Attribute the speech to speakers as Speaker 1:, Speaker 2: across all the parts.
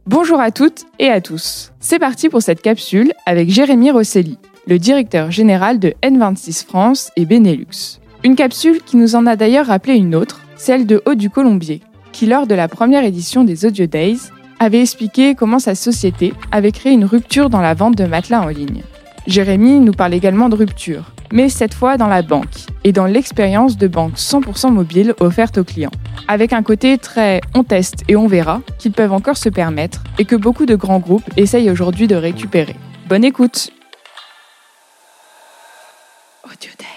Speaker 1: Bonjour à toutes et à tous. C'est parti pour cette capsule avec Jérémy Rosselli, le directeur général de N26 France et Benelux. Une capsule qui nous en a d'ailleurs rappelé une autre, celle de Aude du Colombier, qui lors de la première édition des Audio Days avait expliqué comment sa société avait créé une rupture dans la vente de matelas en ligne. Jérémy nous parle également de rupture, mais cette fois dans la banque et dans l'expérience de banque 100% mobile offerte aux clients. Avec un côté très « on teste et on verra » qu'ils peuvent encore se permettre et que beaucoup de grands groupes essayent aujourd'hui de récupérer. Bonne écoute. Audio Days.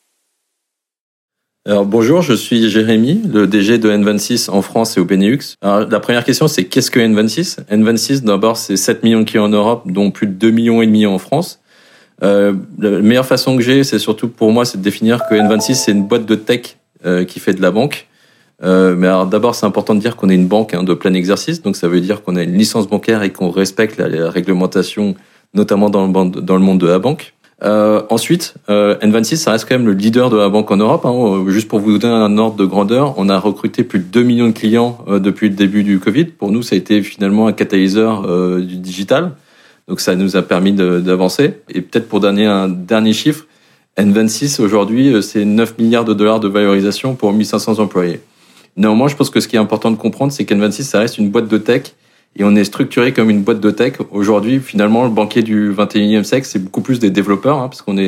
Speaker 2: Alors bonjour, je suis Jérémy, le DG de N26 en France et au Benelux. Alors la première question, c'est qu'est-ce que N26 ? N26, d'abord, c'est 7 millions de clients en Europe, dont plus de 2,5 millions en France. La meilleure façon que j'ai, c'est surtout pour moi, c'est de définir que N26, c'est une boîte de tech qui fait de la banque. Mais alors d'abord, c'est important de dire qu'on est une banque de plein exercice, donc ça veut dire qu'on a une licence bancaire et qu'on respecte la réglementation, notamment dans le monde de la banque. Ensuite, N26, ça reste quand même le leader de la banque en Europe. Juste pour vous donner un ordre de grandeur, on a recruté plus de 2 millions de clients depuis le début du Covid. Pour nous, ça a été finalement un catalyseur du digital. Donc ça nous a permis d'avancer. Et peut-être pour donner un dernier chiffre, N26 aujourd'hui, c'est 9 milliards de dollars de valorisation pour 1500 employés. Néanmoins, je pense que ce qui est important de comprendre, c'est qu'N26, ça reste une boîte de tech. Et on est structuré comme une boîte de tech. Aujourd'hui, finalement, le banquier du 21e siècle, c'est beaucoup plus des développeurs, parce qu'on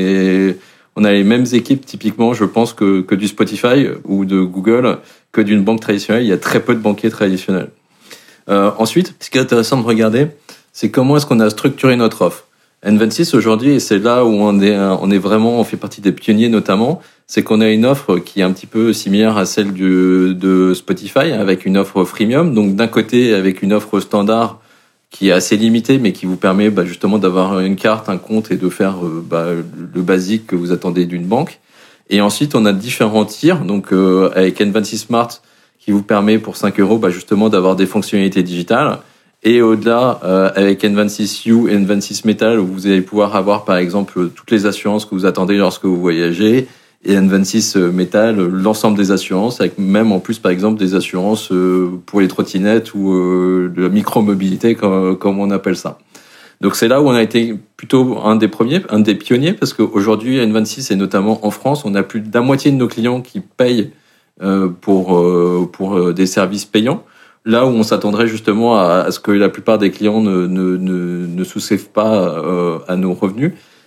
Speaker 2: a les mêmes équipes, typiquement, je pense, que du Spotify ou de Google, que d'une banque traditionnelle. Il y a très peu de banquiers traditionnels. Ensuite, ce qui est intéressant de regarder, c'est comment est-ce qu'on a structuré notre offre. N26 aujourd'hui, et c'est là où on est vraiment, on fait partie des pionniers notamment, c'est qu'on a une offre qui est un petit peu similaire à celle de Spotify, avec une offre freemium. Donc d'un côté, avec une offre standard qui est assez limitée, mais qui vous permet justement d'avoir une carte, un compte et de faire le basique que vous attendez d'une banque. Et ensuite, on a différents tiers, donc avec N26 Smart, qui vous permet pour 5 € justement d'avoir des fonctionnalités digitales. Et au-delà, avec N26 U et N26 Metal, où vous allez pouvoir avoir, par exemple, toutes les assurances que vous attendez lorsque vous voyagez, et N26 Metal, l'ensemble des assurances, avec même en plus, par exemple, des assurances pour les trottinettes ou de la micro-mobilité, comme on appelle ça. Donc c'est là où on a été plutôt un des pionniers, parce qu'aujourd'hui, N26, et notamment en France, on a plus de la moitié de nos clients qui payent pour des services payants. Là où on s'attendrait justement à ce que la plupart des clients ne souscrivent pas à nos revenus,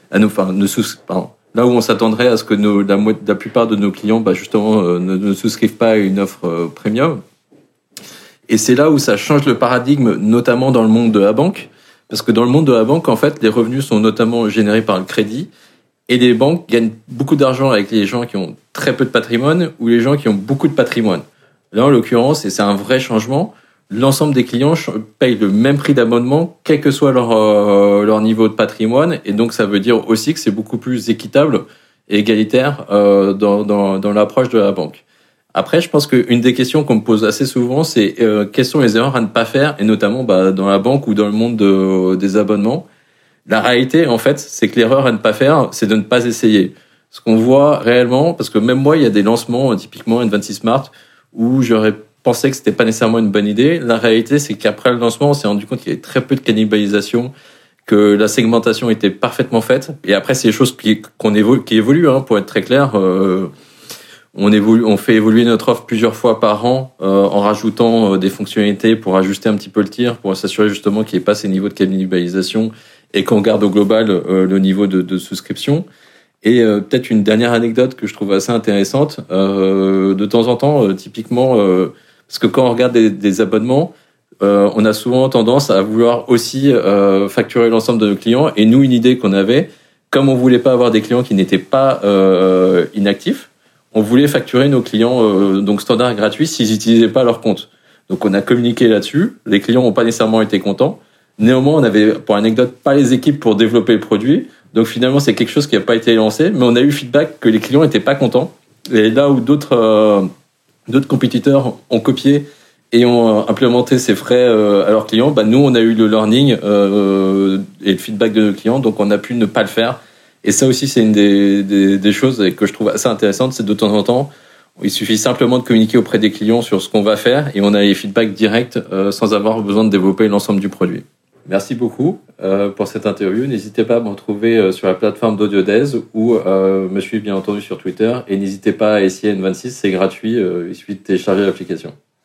Speaker 2: là où on s'attendrait à ce que la plupart de nos clients justement ne souscrivent pas à une offre premium. Et c'est là où ça change le paradigme, notamment dans le monde de la banque, parce que dans le monde de la banque, en fait, les revenus sont notamment générés par le crédit, et les banques gagnent beaucoup d'argent avec les gens qui ont très peu de patrimoine ou les gens qui ont beaucoup de patrimoine. Là, en l'occurrence, et c'est un vrai changement, l'ensemble des clients payent le même prix d'abonnement, quel que soit leur niveau de patrimoine. Et donc, ça veut dire aussi que c'est beaucoup plus équitable et égalitaire dans l'approche de la banque. Après, je pense qu'une des questions qu'on me pose assez souvent, c'est quelles sont les erreurs à ne pas faire, et notamment dans la banque ou dans le monde des abonnements. La réalité, en fait, c'est que l'erreur à ne pas faire, c'est de ne pas essayer. Ce qu'on voit réellement, parce que même moi, il y a des lancements, typiquement N26 Smart, où j'aurais pensé que c'était pas nécessairement une bonne idée. La réalité, c'est qu'après le lancement, on s'est rendu compte qu'il y avait très peu de cannibalisation, que la segmentation était parfaitement faite. Et après, c'est des choses qui évoluent, pour être très clair. On fait évoluer notre offre plusieurs fois par an, en rajoutant des fonctionnalités pour ajuster un petit peu le tir, pour s'assurer justement qu'il n'y ait pas ces niveaux de cannibalisation et qu'on garde au global le niveau de souscription. Et peut-être une dernière anecdote que je trouve assez intéressante, de temps en temps, typiquement, parce que quand on regarde des abonnements, on a souvent tendance à vouloir aussi facturer l'ensemble de nos clients. Et nous, une idée qu'on avait, comme on voulait pas avoir des clients qui n'étaient pas inactifs, on voulait facturer nos clients donc standard gratuits s'ils n'utilisaient pas leur compte. Donc on a communiqué là-dessus. Les clients n'ont pas nécessairement été contents. Néanmoins, on avait, pour anecdote, pas les équipes pour développer le produit. Donc finalement, c'est quelque chose qui n'a pas été lancé, mais on a eu feedback que les clients n'étaient pas contents. Et là où d'autres compétiteurs ont copié et ont implémenté ces frais à leurs clients, nous, on a eu le learning et le feedback de nos clients, donc on a pu ne pas le faire. Et ça aussi, c'est une des choses que je trouve assez intéressante, c'est de temps en temps, Il suffit simplement de communiquer auprès des clients sur ce qu'on va faire et on a les feedbacks directs sans avoir besoin de développer l'ensemble du produit. Merci beaucoup pour cette interview. N'hésitez pas à me retrouver sur la plateforme d'AudioDays ou me suivre bien entendu sur Twitter. Et n'hésitez pas à essayer N26, c'est gratuit, il suffit de télécharger l'application.